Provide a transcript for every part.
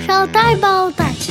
Шалтай-болтай.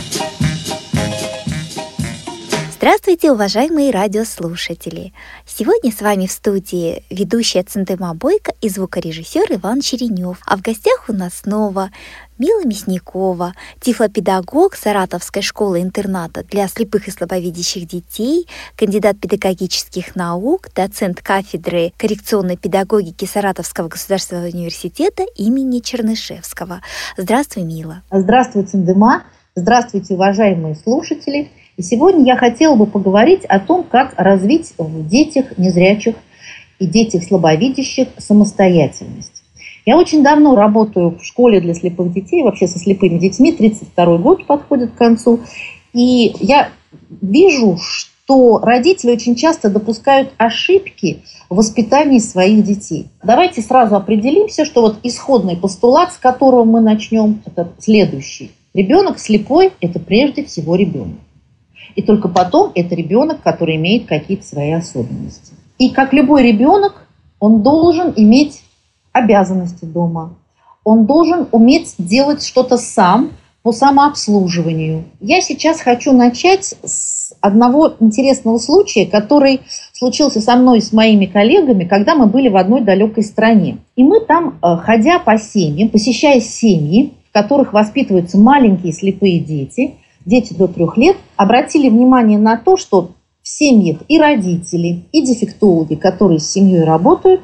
Здравствуйте, уважаемые радиослушатели! Сегодня с вами в студии ведущая Центыма Бойко и звукорежиссер Иван Черенев. А в гостях у нас снова Мила Мясникова, тифлопедагог Саратовской школы-интерната для слепых и слабовидящих детей, кандидат педагогических наук, доцент кафедры коррекционной педагогики Саратовского государственного университета имени Чернышевского. Здравствуй, Мила! Здравствуй, Центыма! Здравствуйте, уважаемые слушатели! И сегодня я хотела бы поговорить о том, как развить в детях незрячих и детях слабовидящих самостоятельность. Я очень давно работаю в школе для слепых детей, вообще со слепыми детьми, 32-й год подходит к концу. И я вижу, что родители очень часто допускают ошибки в воспитании своих детей. Давайте сразу определимся, что вот исходный постулат, с которого мы начнем, это следующий. Ребенок слепой – это прежде всего ребенок. И только потом это ребенок, который имеет какие-то свои особенности. И как любой ребенок, он должен иметь обязанности дома. Он должен уметь делать что-то сам по самообслуживанию. Я сейчас хочу начать с одного интересного случая, который случился со мной и с моими коллегами, когда мы были в одной далекой стране. И мы там, ходя по семьям, посещая семьи, в которых воспитываются маленькие слепые дети до 3 лет, обратили внимание на то, что в семьях и родители, и дефектологи, которые с семьей работают,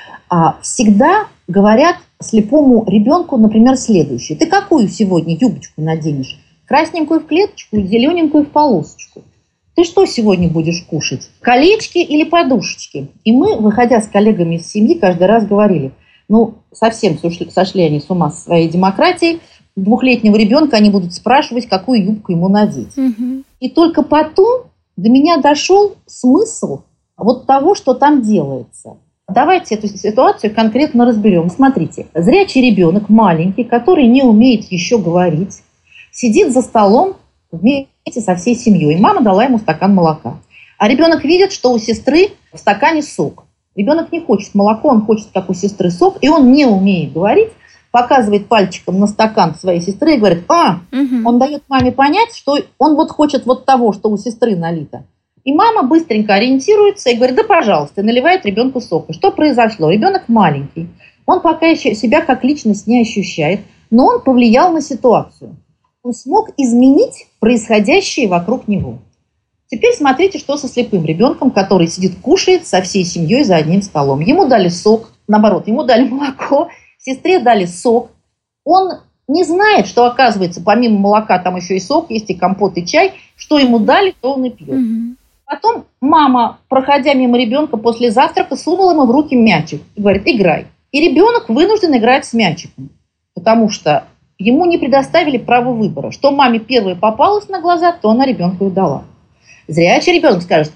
всегда говорят слепому ребенку, например, следующее. Ты какую сегодня юбочку наденешь? Красненькую в клеточку или зелененькую в полосочку? Ты что сегодня будешь кушать? Колечки или подушечки? И мы, выходя с коллегами из семьи, каждый раз говорили, совсем сошли они с ума со своей демократией. 2-летнего ребенка они будут спрашивать, какую юбку ему надеть. Угу. И только потом до меня дошел смысл вот того, что там делается. Давайте эту ситуацию конкретно разберем. Смотрите, зрячий ребенок, маленький, который не умеет еще говорить, сидит за столом вместе со всей семьей. Мама дала ему стакан молока. А ребенок видит, что у сестры в стакане сок. Ребенок не хочет молоко, он хочет, как у сестры, сок, и он не умеет говорить, показывает пальчиком на стакан своей сестры и говорит, он дает маме понять, что он вот хочет вот того, что у сестры налито. И мама быстренько ориентируется и говорит, да, пожалуйста, и наливает ребенку сок. И что произошло? Ребенок маленький, он пока еще себя как личность не ощущает, но он повлиял на ситуацию. Он смог изменить происходящее вокруг него. Теперь смотрите, что со слепым ребенком, который сидит, кушает со всей семьей за одним столом. Ему дали сок, наоборот, ему дали молоко, сестре дали сок. Он не знает, что, оказывается, помимо молока там еще и сок есть, и компот, и чай. Что ему дали, то он и пьет. Угу. Потом мама, проходя мимо ребенка после завтрака, сунула ему в руки мячик и говорит, играй. И ребенок вынужден играть с мячиком, потому что ему не предоставили право выбора. Что маме первой попалось на глаза, то она ребенку и дала. Зрячий ребенок скажет,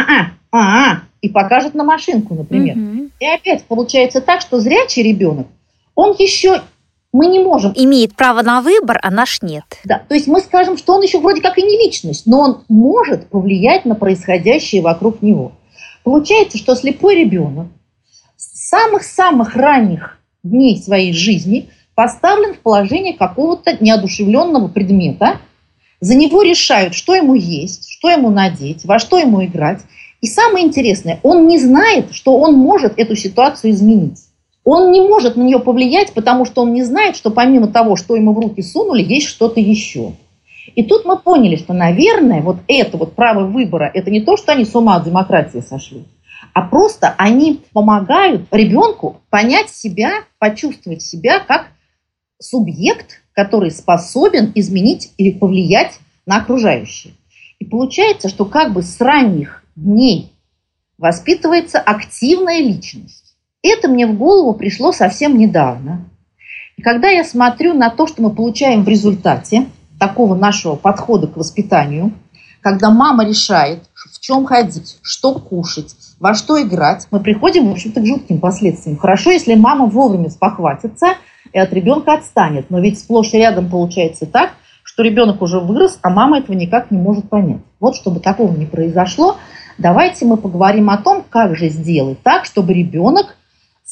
и покажет на машинку, например. Угу. И опять получается так, что зрячий ребенок, он еще, мы не можем... Имеет право на выбор, а наш нет. Да, то есть мы скажем, что он еще вроде как и не личность, но он может повлиять на происходящее вокруг него. Получается, что слепой ребенок с самых-самых ранних дней своей жизни поставлен в положение какого-то неодушевленного предмета. За него решают, что ему есть, что ему надеть, во что ему играть. И самое интересное, он не знает, что он может эту ситуацию изменить. Он не может на нее повлиять, потому что он не знает, что помимо того, что ему в руки сунули, есть что-то еще. И тут мы поняли, что, наверное, вот это вот право выбора, это не то, что они с ума от демократии сошли, а просто они помогают ребенку понять себя, почувствовать себя как субъект, который способен изменить или повлиять на окружающее. И получается, что как бы с ранних дней воспитывается активная личность. Это мне в голову пришло совсем недавно. И когда я смотрю на то, что мы получаем в результате такого нашего подхода к воспитанию, когда мама решает, в чем ходить, что кушать, во что играть, мы приходим, в общем-то, к жутким последствиям. Хорошо, если мама вовремя спохватится и от ребенка отстанет. Но ведь сплошь и рядом получается так, что ребенок уже вырос, а мама этого никак не может понять. Вот чтобы такого не произошло, давайте мы поговорим о том, как же сделать так, чтобы ребенок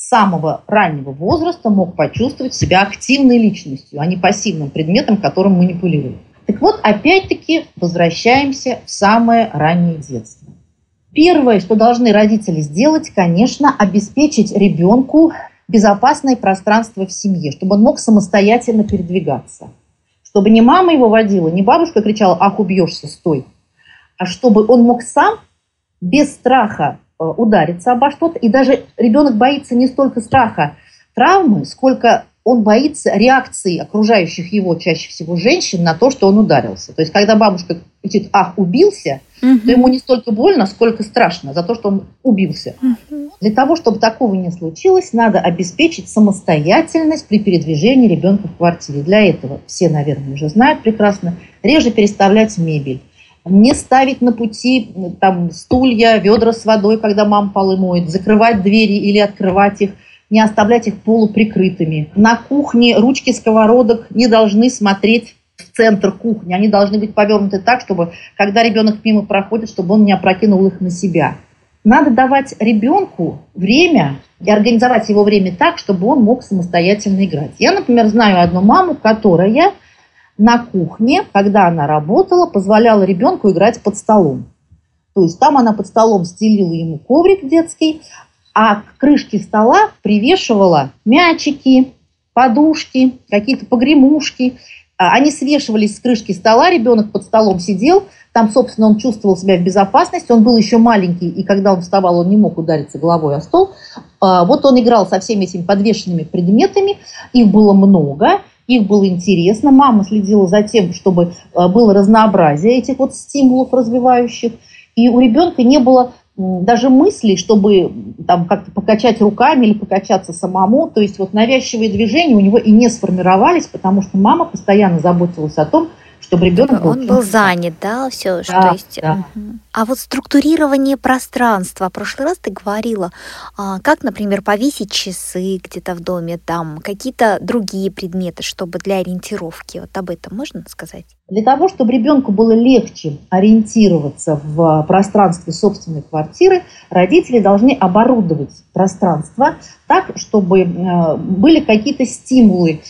с самого раннего возраста мог почувствовать себя активной личностью, а не пассивным предметом, которым манипулируют. Так вот, опять-таки, возвращаемся в самое раннее детство. Первое, что должны родители сделать, конечно, обеспечить ребенку безопасное пространство в семье, чтобы он мог самостоятельно передвигаться. Чтобы не мама его водила, не бабушка кричала: «Ах, убьешься, стой!», а чтобы он мог сам, без страха, удариться обо что-то. И даже ребенок боится не столько страха травмы, сколько он боится реакции окружающих его, чаще всего женщин, на то, что он ударился. То есть, когда бабушка кричит: «Ах, убился!», то ему не столько больно, сколько страшно за то, что он убился. Для того, чтобы такого не случилось, надо обеспечить самостоятельность при передвижении ребенка в квартире. Для этого, все, наверное, уже знают прекрасно, реже переставлять мебель, не ставить на пути там стулья, ведра с водой, когда мама полы моет, закрывать двери или открывать их, не оставлять их полуприкрытыми. На кухне ручки сковородок не должны смотреть в центр кухни, они должны быть повернуты так, чтобы, когда ребенок мимо проходит, чтобы он не опрокинул их на себя. Надо давать ребенку время и организовать его время так, чтобы он мог самостоятельно играть. Я, например, знаю одну маму, которая на кухне, когда она работала, позволяла ребенку играть под столом. То есть там она под столом стелила ему коврик детский, а к крышке стола привешивала мячики, подушки, какие-то погремушки. Они свешивались с крышки стола, ребенок под столом сидел, там, собственно, он чувствовал себя в безопасности, он был еще маленький, и когда он вставал, он не мог удариться головой о стол. Вот он играл со всеми этими подвешенными предметами, их было много, их было интересно, мама следила за тем, чтобы было разнообразие этих вот стимулов развивающих, и у ребенка не было даже мысли, чтобы там как-то покачать руками или покачаться самому. То есть вот навязчивые движения у него и не сформировались, потому что мама постоянно заботилась о том, чтобы ребенок он был занят, да, все, да, что есть. Да. А вот структурирование пространства. В прошлый раз ты говорила, как, например, повесить часы где-то в доме, там какие-то другие предметы, чтобы для ориентировки. Вот об этом можно сказать? Для того, чтобы ребенку было легче ориентироваться в пространстве собственной квартиры, родители должны оборудовать пространство так, чтобы были какие-то стимулы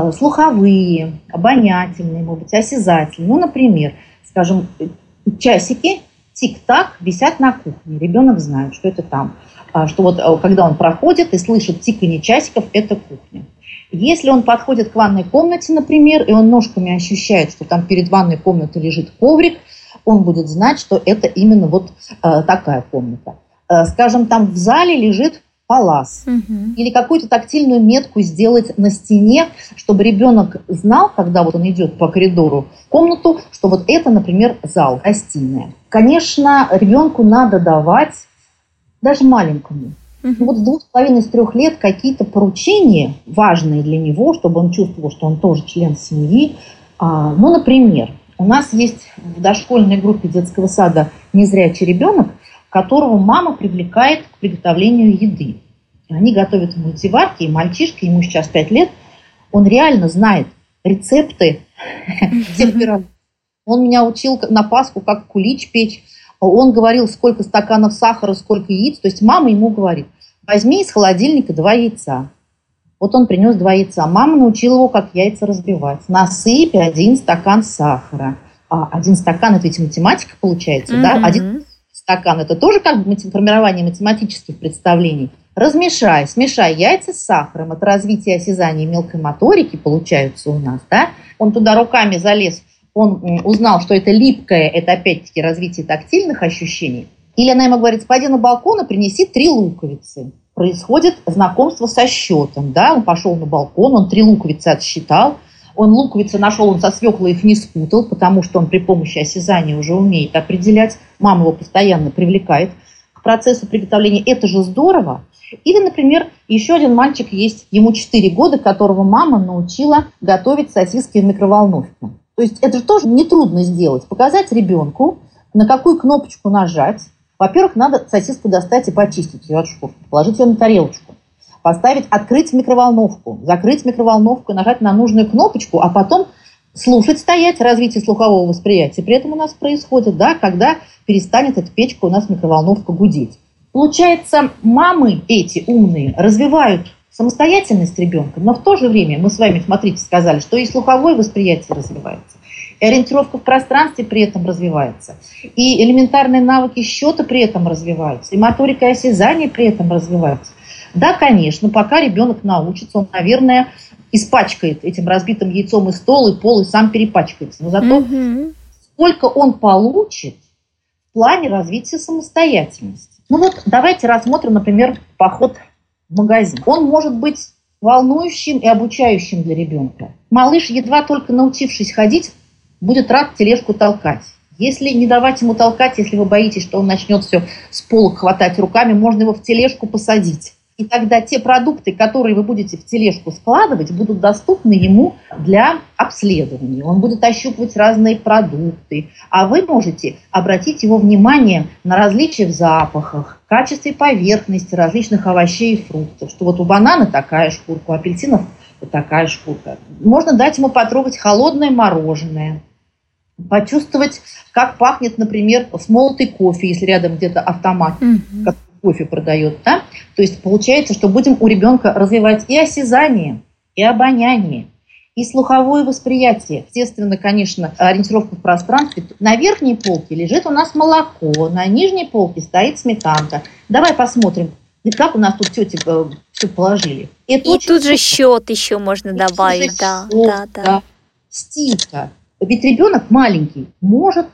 слуховые, обонятельные, может быть, осязательные. Ну, например, скажем, часики тик-так висят на кухне. Ребенок знает, что это там. Что вот когда он проходит и слышит тиканье часиков, это кухня. Если он подходит к ванной комнате, например, и он ножками ощущает, что там перед ванной комнатой лежит коврик, он будет знать, что это именно вот такая комната. Скажем, там в зале лежит палас. Или какую-то тактильную метку сделать на стене, чтобы ребенок знал, когда вот он идет по коридору в комнату, что вот это, например, зал, гостиная. Конечно, ребенку надо давать, даже маленькому, вот с 2,5-3 лет какие-то поручения важные для него, чтобы он чувствовал, что он тоже член семьи. Ну, например, у нас есть в дошкольной группе детского сада незрячий ребенок, которого мама привлекает к приготовлению еды. Они готовят в мультиварке, и мальчишка, ему сейчас 5 лет, он реально знает рецепты всех пирогов. Он меня учил на Пасху, как кулич печь. Он говорил, сколько стаканов сахара, сколько яиц. То есть мама ему говорит: возьми из холодильника 2 яйца. Вот он принес 2 яйца. Мама научила его, как яйца разбивать. Насыпь 1 стакан сахара. 1 стакан – это ведь математика получается, да? 1 стакан – это тоже как бы формирование математических представлений. Размешай, смешай яйца с сахаром. Это развитие осязания и мелкой моторики получается у нас, да? Он туда руками залез, он узнал, что это липкое, это опять-таки развитие тактильных ощущений. Или она ему говорит: пойди на балкон и принеси 3 луковицы. Происходит знакомство со счетом, да? Он пошел на балкон, он 3 луковицы отсчитал. Он луковицы нашел, он со свеклой их не спутал, потому что он при помощи осязания уже умеет определять. Мама его постоянно привлекает к процессу приготовления. Это же здорово. Или, например, еще один мальчик есть, ему 4 года, которого мама научила готовить сосиски в микроволновке. То есть это же тоже нетрудно сделать. Показать ребенку, на какую кнопочку нажать. Во-первых, надо сосиску достать и почистить ее от шкурки, положить ее на тарелочку. Поставить, открыть микроволновку, закрыть микроволновку, нажать на нужную кнопочку, а потом слушать, стоять, развитие слухового восприятия. При этом у нас происходит, да, когда перестанет эта печка у нас микроволновка гудеть. Получается, мамы эти умные развивают самостоятельность ребенка, но в то же время мы с вами, смотрите, сказали, что и слуховое восприятие развивается, и ориентировка в пространстве при этом развивается, и элементарные навыки счета при этом развиваются, и моторика и осязание при этом развиваются. Да, конечно, пока ребенок научится, он, наверное, испачкает этим разбитым яйцом и стол, и пол, и сам перепачкается. Но зато сколько он получит в плане развития самостоятельности. Ну вот давайте рассмотрим, например, поход в магазин. Он может быть волнующим и обучающим для ребенка. Малыш, едва только научившись ходить, будет рад тележку толкать. Если не давать ему толкать, если вы боитесь, что он начнет все с полок хватать руками, можно его в тележку посадить. И тогда те продукты, которые вы будете в тележку складывать, будут доступны ему для обследования. Он будет ощупывать разные продукты. А вы можете обратить его внимание на различия в запахах, качестве поверхности различных овощей и фруктов. Что вот у банана такая шкурка, у апельсинов вот такая шкурка. Можно дать ему потрогать холодное мороженое. Почувствовать, как пахнет, например, смолотый кофе, если рядом где-то автомат, как кофе продает, да? То есть получается, что будем у ребенка развивать и осязание, и обоняние, и слуховое восприятие. Естественно, конечно, ориентировка в пространстве. На верхней полке лежит у нас молоко, на нижней полке стоит сметанка. Давай посмотрим, как у нас тут тети все положили. Это и тут же счет еще можно добавить. Да. Стирка. Ведь ребенок маленький может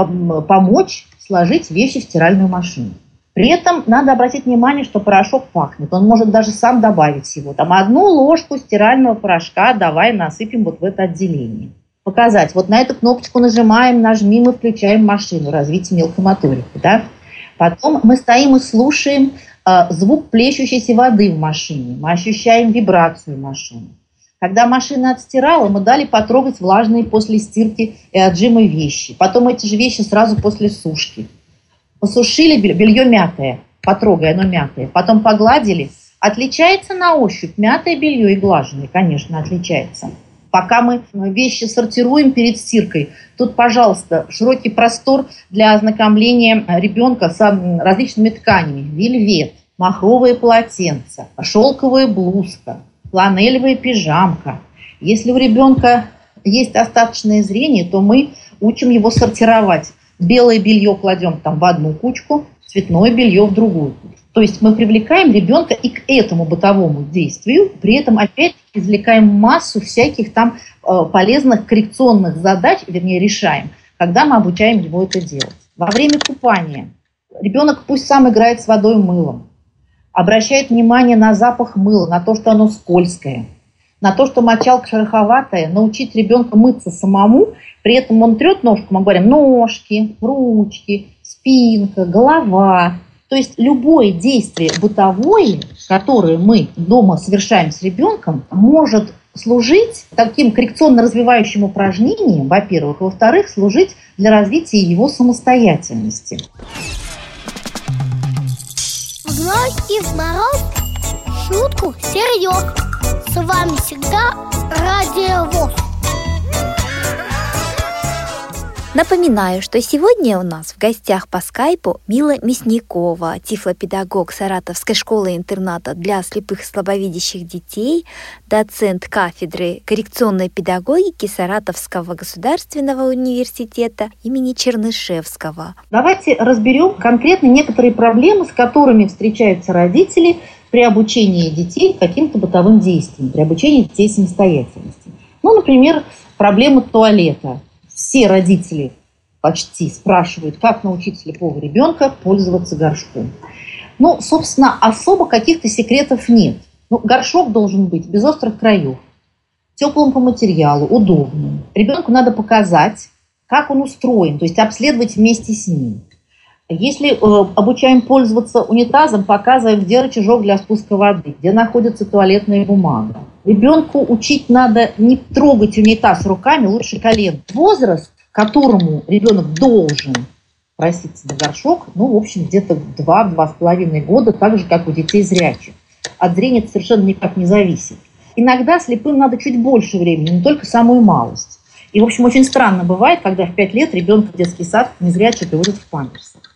помочь сложить вещи в стиральную машину. При этом надо обратить внимание, что порошок пахнет. Он может даже сам добавить его. Там 1 ложку стирального порошка давай насыпем вот в это отделение. Показать. Вот на эту кнопочку нажимаем, нажмем и включаем машину. Развитие мелкой моторики. Да? Потом мы стоим и слушаем звук плещущейся воды в машине. Мы ощущаем вибрацию машины. Когда машина отстирала, мы дали потрогать влажные после стирки и отжима вещи. Потом эти же вещи сразу после сушки. Посушили белье мятое, потрогай, оно мятое. Потом погладили. Отличается на ощупь мятое белье и глаженное? Конечно, отличается. Пока мы вещи сортируем перед стиркой, тут, пожалуйста, широкий простор для ознакомления ребенка с различными тканями. Вельвет, махровые полотенца, шелковая блузка, фланелевая пижамка. Если у ребенка есть остаточное зрение, то мы учим его сортировать. Белое белье кладем там в одну кучку, цветное белье в другую кучку. То есть мы привлекаем ребенка и к этому бытовому действию, при этом опять извлекаем массу всяких там полезных коррекционных задач, вернее решаем, когда мы обучаем его это делать. Во время купания ребенок пусть сам играет с водой и мылом, обращает внимание на запах мыла, на то, что оно скользкое, на то, что мочалка шероховатая, научить ребенка мыться самому, при этом он трет ножку, мы говорим, ножки, ручки, спинка, голова. То есть любое действие бытовое, которое мы дома совершаем с ребенком, может служить таким коррекционно-развивающим упражнением, во-первых, во-вторых, служить для развития его самостоятельности. В ночь и в мороз шутку серьез. С вами всегда Радио ВОС. Напоминаю, что сегодня у нас в гостях по скайпу Мила Мясникова, тифлопедагог Саратовской школы-интерната для слепых и слабовидящих детей, доцент кафедры коррекционной педагогики Саратовского государственного университета имени Чернышевского. Давайте разберем конкретно некоторые проблемы, с которыми встречаются родители при обучении детей каким-то бытовым действиям, при обучении детей самостоятельности. Ну, например, проблема туалета. Все родители почти спрашивают, как научить слепого ребенка пользоваться горшком. Ну, собственно, особо каких-то секретов нет. Ну, горшок должен быть без острых краев, теплым по материалу, удобным. Ребенку надо показать, как он устроен, то есть обследовать вместе с ним. Если обучаем пользоваться унитазом, показываем, где рычажок для спуска воды, где находится туалетная бумага. Ребенку учить надо не трогать унитаз руками, лучше колен. Возраст, к которому ребенок должен проситься на горшок, ну, в общем, где-то 2-2,5 года, так же, как у детей зрячих. От зрения это совершенно никак не зависит. Иногда слепым надо чуть больше времени, не только самую малость. И, в общем, очень странно бывает, когда в 5 лет ребенка в детский сад незрячий приводят в памперсах.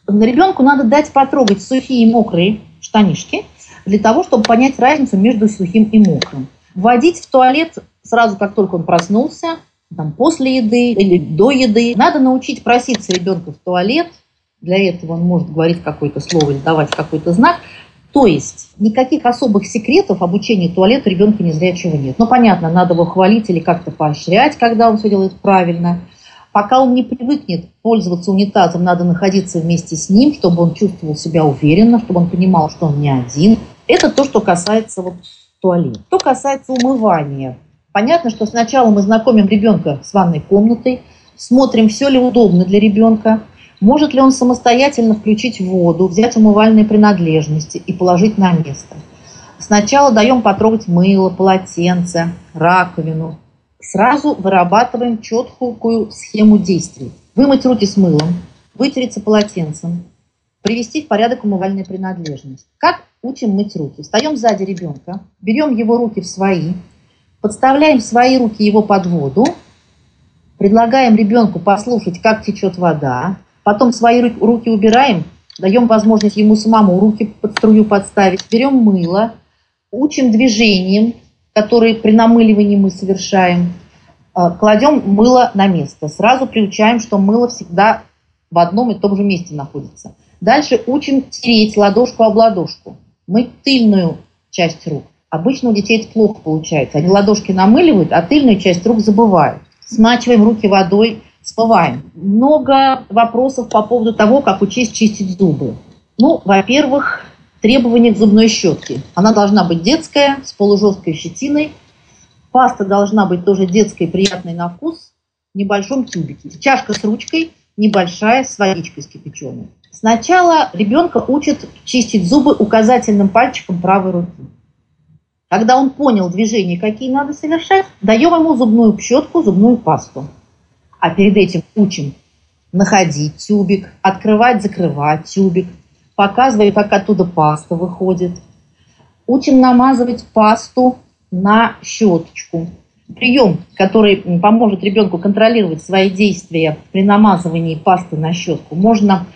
Ребенку надо дать потрогать сухие и мокрые штанишки для того, чтобы понять разницу между сухим и мокрым. Вводить в туалет сразу, как только он проснулся, после еды или до еды. Надо научить проситься ребенка в туалет. Для этого он может говорить какое-то слово или давать какой-то знак. То есть никаких особых секретов обучения туалету ребенка незрячего нет. Понятно, надо его хвалить или как-то поощрять, когда он все делает правильно. Пока он не привыкнет пользоваться унитазом, надо находиться вместе с ним, чтобы он чувствовал себя уверенно, чтобы он понимал, что он не один. Это то, что касается туалета. Что касается умывания. Понятно, что сначала мы знакомим ребенка с ванной комнатой, смотрим, все ли удобно для ребенка, может ли он самостоятельно включить воду, взять умывальные принадлежности и положить на место. Сначала даем потрогать мыло, полотенце, раковину. Сразу вырабатываем четкую схему действий. Вымыть руки с мылом, вытереться полотенцем, привести в порядок умывальные принадлежности. Как учим мыть руки? Встаем сзади ребенка, берем его руки в свои, подставляем свои руки его под воду, предлагаем ребенку послушать, как течет вода, потом свои руки убираем, даем возможность ему самому руки под струю подставить, берем мыло, учим движениям, которые при намыливании мы совершаем, кладем мыло на место. Сразу приучаем, что мыло всегда в одном и том же месте находится. Дальше учим тереть ладошку об ладошку, мыть тыльную часть рук. Обычно у детей это плохо получается. Они ладошки намыливают, а тыльную часть рук забывают. Смачиваем руки водой, смываем. Много вопросов по поводу того, как учесть чистить зубы. Во-первых, требования к зубной щетке. Она должна быть детская, с полужесткой щетиной. Паста должна быть тоже детской, приятной на вкус, в небольшом тюбике. Чашка с ручкой, небольшая, с водичкой с кипяченой. Сначала ребенка учат чистить зубы указательным пальчиком правой руки. Когда он понял движения, какие надо совершать, даем ему зубную щетку, зубную пасту. А перед этим учим находить тюбик, открывать, закрывать тюбик. Показываю, как оттуда паста выходит. Учим намазывать пасту на щеточку. Прием, который поможет ребенку контролировать свои действия при намазывании пасты на щетку. Можно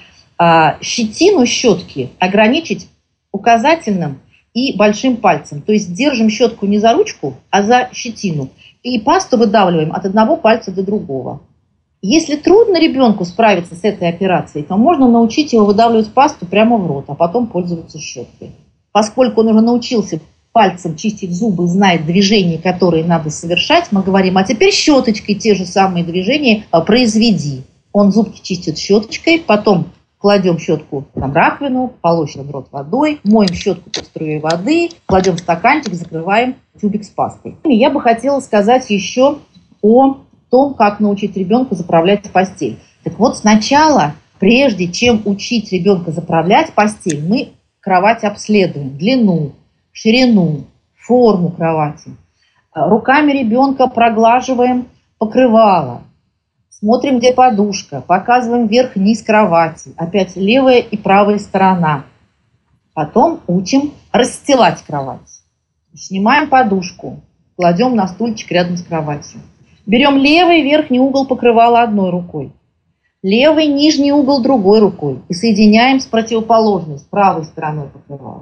щетину щетки ограничить указательным и большим пальцем. То есть держим щетку не за ручку, а за щетину. И пасту выдавливаем от одного пальца до другого. Если трудно ребенку справиться с этой операцией, то можно научить его выдавливать пасту прямо в рот, а потом пользоваться щеткой. Поскольку он уже научился пальцем чистить зубы, знает движения, которые надо совершать, мы говорим, а теперь щеточкой те же самые движения произведи. Он зубки чистит щеточкой, потом кладем щетку в раковину, полощем рот водой, моем щетку под струей воды, кладем в стаканчик, закрываем тюбик с пастой. И я бы хотела сказать еще о том, как научить ребенка заправлять постель. Так вот, сначала, прежде чем учить ребенка заправлять постель, мы кровать обследуем, длину, ширину, форму кровати. Руками ребенка проглаживаем покрывало, смотрим, где подушка, показываем верх-низ кровати, опять левая и правая сторона. Потом учим расстилать кровать. Снимаем подушку, кладем на стульчик рядом с кроватью. Берем левый верхний угол покрывала одной рукой, левый нижний угол другой рукой и соединяем с противоположной, с правой стороной покрывала.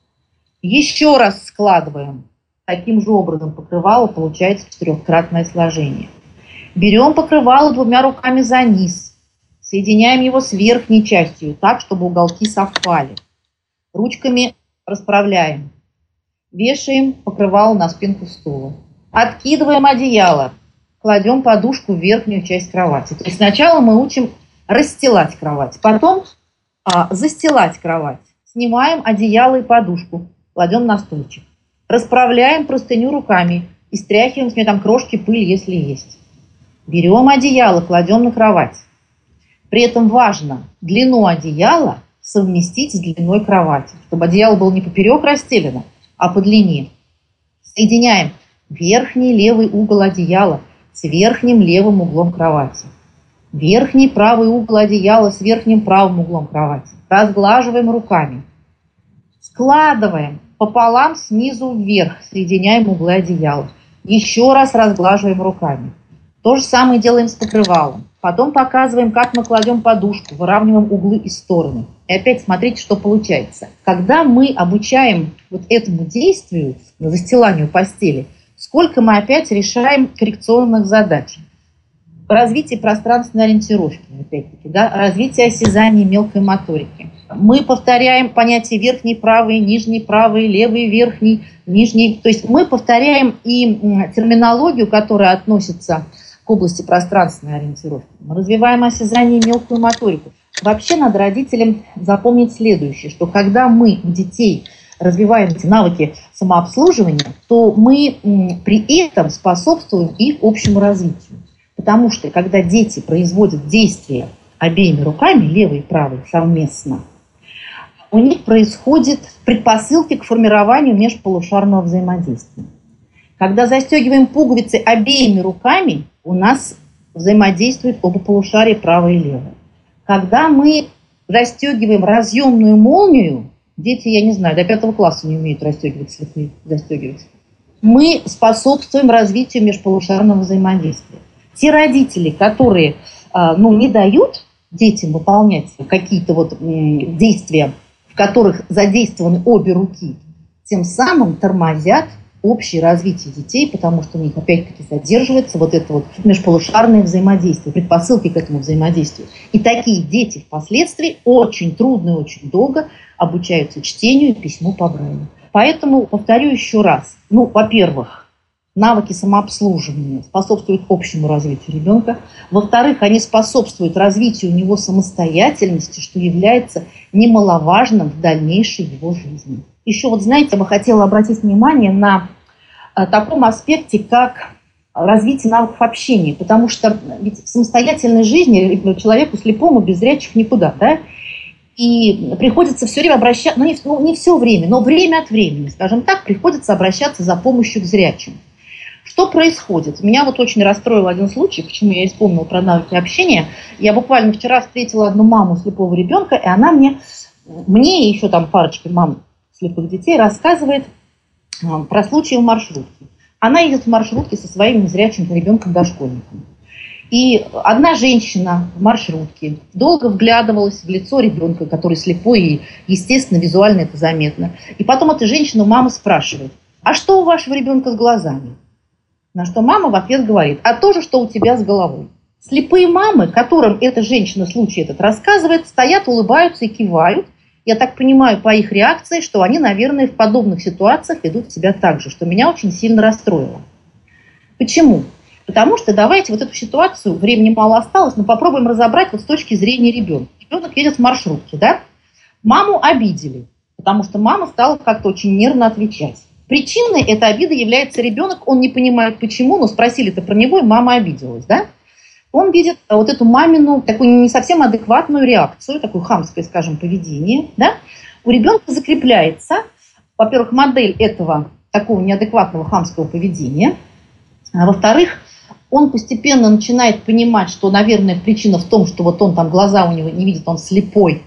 Еще раз складываем. Таким же образом покрывало получается четырехкратное сложение. Берем покрывало двумя руками за низ, соединяем его с верхней частью так, чтобы уголки совпали. Ручками расправляем. Вешаем покрывало на спинку стула. Откидываем одеяло. Кладем подушку в верхнюю часть кровати. То есть сначала мы учим расстилать кровать, потом застилать кровать. Снимаем одеяло и подушку, кладем на стульчик. Расправляем простыню руками и стряхиваем с нее там крошки, пыль, если есть. Берем одеяло, кладем на кровать. При этом важно длину одеяла совместить с длиной кровати, чтобы одеяло было не поперек расстелено, а по длине. Соединяем верхний левый угол одеяла с верхним левым углом кровати. Верхний правый угол одеяла с верхним правым углом кровати. Разглаживаем руками. Складываем пополам снизу вверх, соединяем углы одеяла. Еще раз разглаживаем руками. То же самое делаем с покрывалом. Потом показываем, как мы кладем подушку, выравниваем углы и стороны. И опять смотрите, что получается. Когда мы обучаем вот этому действию, застиланию постели, сколько мы опять решаем коррекционных задач. Развитие пространственной ориентировки, опять-таки, да, развитие осязания мелкой моторики. Мы повторяем понятия верхний, правый, нижний, правый, левый, верхний, нижний. То есть мы повторяем и терминологию, которая относится к области пространственной ориентировки. Мы развиваем осязание и мелкую моторику. Вообще надо родителям запомнить следующее, что когда мы у детей развиваем эти навыки самообслуживания, то мы при этом способствуем их общему развитию. Потому что когда дети производят действия обеими руками, левой и правой, совместно, у них происходят предпосылки к формированию межполушарного взаимодействия. Когда застегиваем пуговицы обеими руками, у нас взаимодействуют оба полушария, правое и левое. Когда мы застегиваем разъемную молнию, дети, я не знаю, до 5 класса не умеют расстегивать, слепые застегивать, мы способствуем развитию межполушарного взаимодействия. Те родители, которые не дают детям выполнять какие-то действия, в которых задействованы обе руки, тем самым тормозят общее развитие детей, потому что у них опять-таки задерживается это межполушарное взаимодействие, предпосылки к этому взаимодействию. И такие дети впоследствии очень трудно и очень долго обучаются чтению и письму по Брайлю. Поэтому повторю еще раз. Во-первых, навыки самообслуживания способствуют общему развитию ребенка. Во-вторых, они способствуют развитию у него самостоятельности, что является немаловажным в дальнейшей его жизни. Еще знаете, я бы хотела обратить внимание на таком аспекте, как развитие навыков общения. Потому что ведь в самостоятельной жизни человеку слепому без зрячих никуда, да? И приходится все время обращаться, не все время, но время от времени, скажем так, приходится обращаться за помощью к зрячим. Что происходит? Меня очень расстроил один случай, почему я вспомнила про навыки общения. Я буквально вчера встретила одну маму слепого ребенка, и она мне и еще парочке мам слепых детей рассказывает про случай в маршрутке. Она едет в маршрутке со своим незрячим ребенком-дошкольником. И одна женщина в маршрутке долго вглядывалась в лицо ребенка, который слепой, и, естественно, визуально это заметно. И потом эта женщина у мамы спрашивает: а что у вашего ребенка с глазами? На что мама в ответ говорит: а то же, что у тебя с головой. Слепые мамы, которым эта женщина случай этот рассказывает, стоят, улыбаются и кивают. Я так понимаю по их реакции, что они, наверное, в подобных ситуациях ведут себя так же, что меня очень сильно расстроило. Почему? Потому что давайте эту ситуацию, времени мало осталось, но попробуем разобрать с точки зрения ребенка. Ребенок едет в маршрутке, да? Маму обидели, потому что мама стала как-то очень нервно отвечать. Причиной этой обиды является ребенок, он не понимает почему, но спросили-то про него, и мама обиделась, да? Он видит эту мамину такую не совсем адекватную реакцию, такое хамское, скажем, поведение, да? У ребенка закрепляется, во-первых, модель этого такого неадекватного хамского поведения, а во-вторых, он постепенно начинает понимать, что, наверное, причина в том, что он глаза у него не видит, он слепой.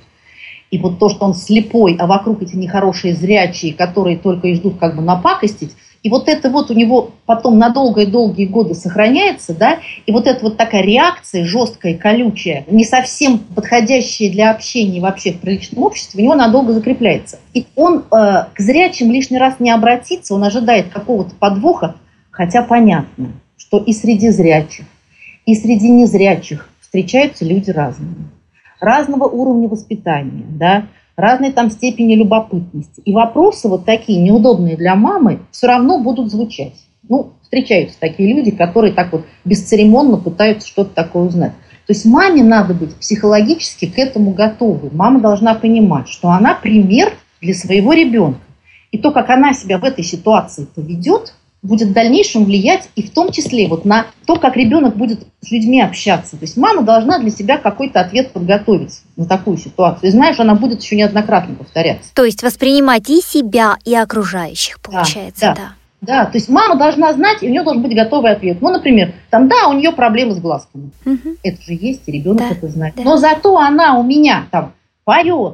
И то, что он слепой, а вокруг эти нехорошие зрячие, которые только и ждут напакостить. И это у него потом на долгие годы сохраняется, да, и эта такая реакция жесткая, колючая, не совсем подходящая для общения вообще в приличном обществе, у него надолго закрепляется. И он к зрячим лишний раз не обратится, он ожидает какого-то подвоха, хотя понятно, что и среди зрячих, и среди незрячих встречаются люди разные. Разного уровня воспитания, да, разной степени любопытности. И вопросы такие неудобные для мамы все равно будут звучать. Встречаются такие люди, которые так бесцеремонно пытаются что-то такое узнать. То есть маме надо быть психологически к этому готовой. Мама должна понимать, что она пример для своего ребенка. И то, как она себя в этой ситуации поведет, будет в дальнейшем влиять и в том числе на то, как ребенок будет с людьми общаться. То есть мама должна для себя какой-то ответ подготовить на такую ситуацию. И знаешь, она будет еще неоднократно повторяться. То есть воспринимать и себя, и окружающих, получается, да. Да, то есть мама должна знать, и у нее должен быть готовый ответ. Например, у нее проблемы с глазками. Угу. Это же есть, и ребенок это знает. Да. Но зато она у меня поет,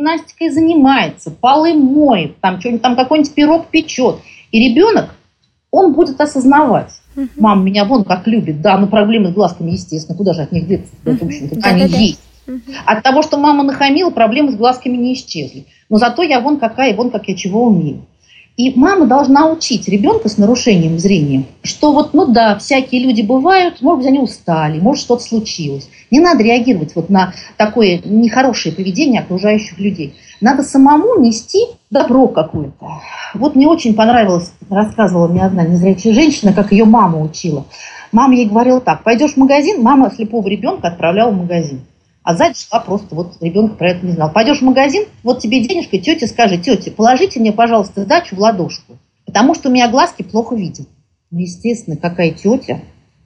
гимнастикой занимается, полы моет, что-нибудь какой-нибудь пирог печет. И ребенок, он будет осознавать. Мама меня вон как любит, да, но проблемы с глазками, естественно, куда же от них деться? В общем-то, они есть. От того, что мама нахамила, проблемы с глазками не исчезли. Но зато я вон какая, вон как я чего умею. И мама должна учить ребенка с нарушением зрения, что вот, ну да, всякие люди бывают, может быть, они устали, может, что-то случилось. Не надо реагировать вот на такое нехорошее поведение окружающих людей. Надо самому нести добро какое-то. Вот мне очень понравилось, рассказывала мне одна незрячая женщина, как ее мама учила. Мама ей говорила так: пойдешь в магазин, мама слепого ребенка отправляла в магазин. А сзади шла просто, вот ребенок про это не знал. Пойдешь в магазин, вот тебе денежка, тетя скажет: тетя, положите мне, пожалуйста, сдачу в ладошку, потому что у меня глазки плохо видят. Ну, естественно, какая тетя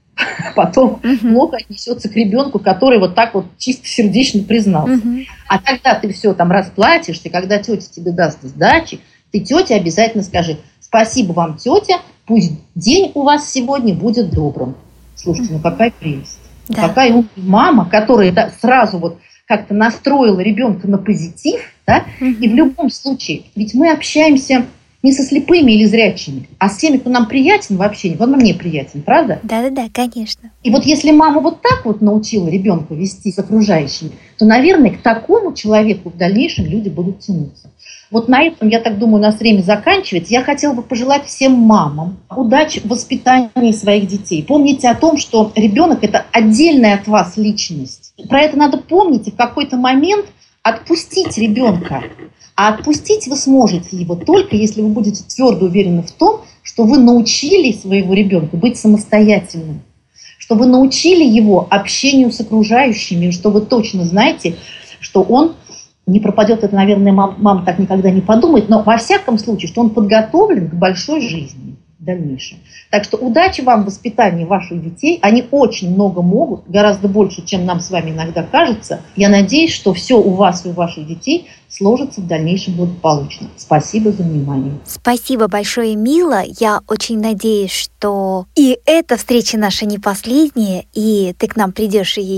потом плохо отнесется к ребенку, который вот так вот чисто сердечно признался. А когда ты все там расплатишься, когда тетя тебе даст сдачи, ты тете обязательно скажи: спасибо вам, тетя, пусть день у вас сегодня будет добрым. Слушайте, ну какая прелесть. Да. Какая умная мама, которая сразу вот как-то настроила ребенка на позитив, да? И в любом случае, ведь мы общаемся не со слепыми или зрячими, а с теми, кто нам приятен в общении. Он мне приятен, правда? Да, конечно. И вот если мама вот так вот научила ребенка вести с окружающими, то, наверное, к такому человеку в дальнейшем люди будут тянуться. Вот на этом, я так думаю, у нас время заканчивается. Я хотела бы пожелать всем мамам удачи в воспитании своих детей. Помните о том, что ребенок – это отдельная от вас личность. Про это надо помнить и в какой-то момент отпустить ребенка. А отпустить вы сможете его только если вы будете твердо уверены в том, что вы научили своего ребенка быть самостоятельным, что вы научили его общению с окружающими, что вы точно знаете, что он не пропадет. Это, наверное, мама так никогда не подумает, но во всяком случае, что он подготовлен к большой жизни в дальнейшем. Так что удачи вам в воспитании ваших детей. Они очень много могут, гораздо больше, чем нам с вами иногда кажется. Я надеюсь, что все у вас и у ваших детей сложится в дальнейшем благополучно. Спасибо за внимание. Спасибо большое, Мила. Я очень надеюсь, что и эта встреча наша не последняя, и ты к нам придешь и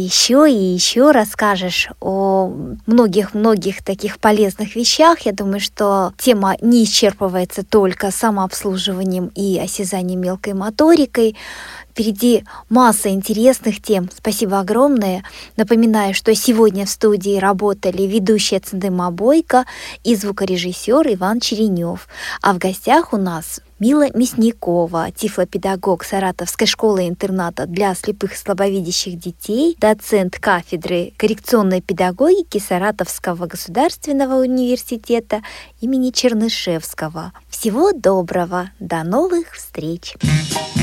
еще расскажешь о многих таких полезных вещах. Я думаю, что тема не исчерпывается только самообслуживанием и осязанием мелкой моторикой. Впереди масса интересных тем. Спасибо огромное. Напоминаю, что сегодня в студии работали ведущая Цендема Бойко и звукорежиссер Иван Черенев. А в гостях у нас Мила Мясникова, тифлопедагог Саратовской школы-интерната для слепых и слабовидящих детей, доцент кафедры коррекционной педагогики Саратовского государственного университета имени Чернышевского. Всего доброго. До новых встреч!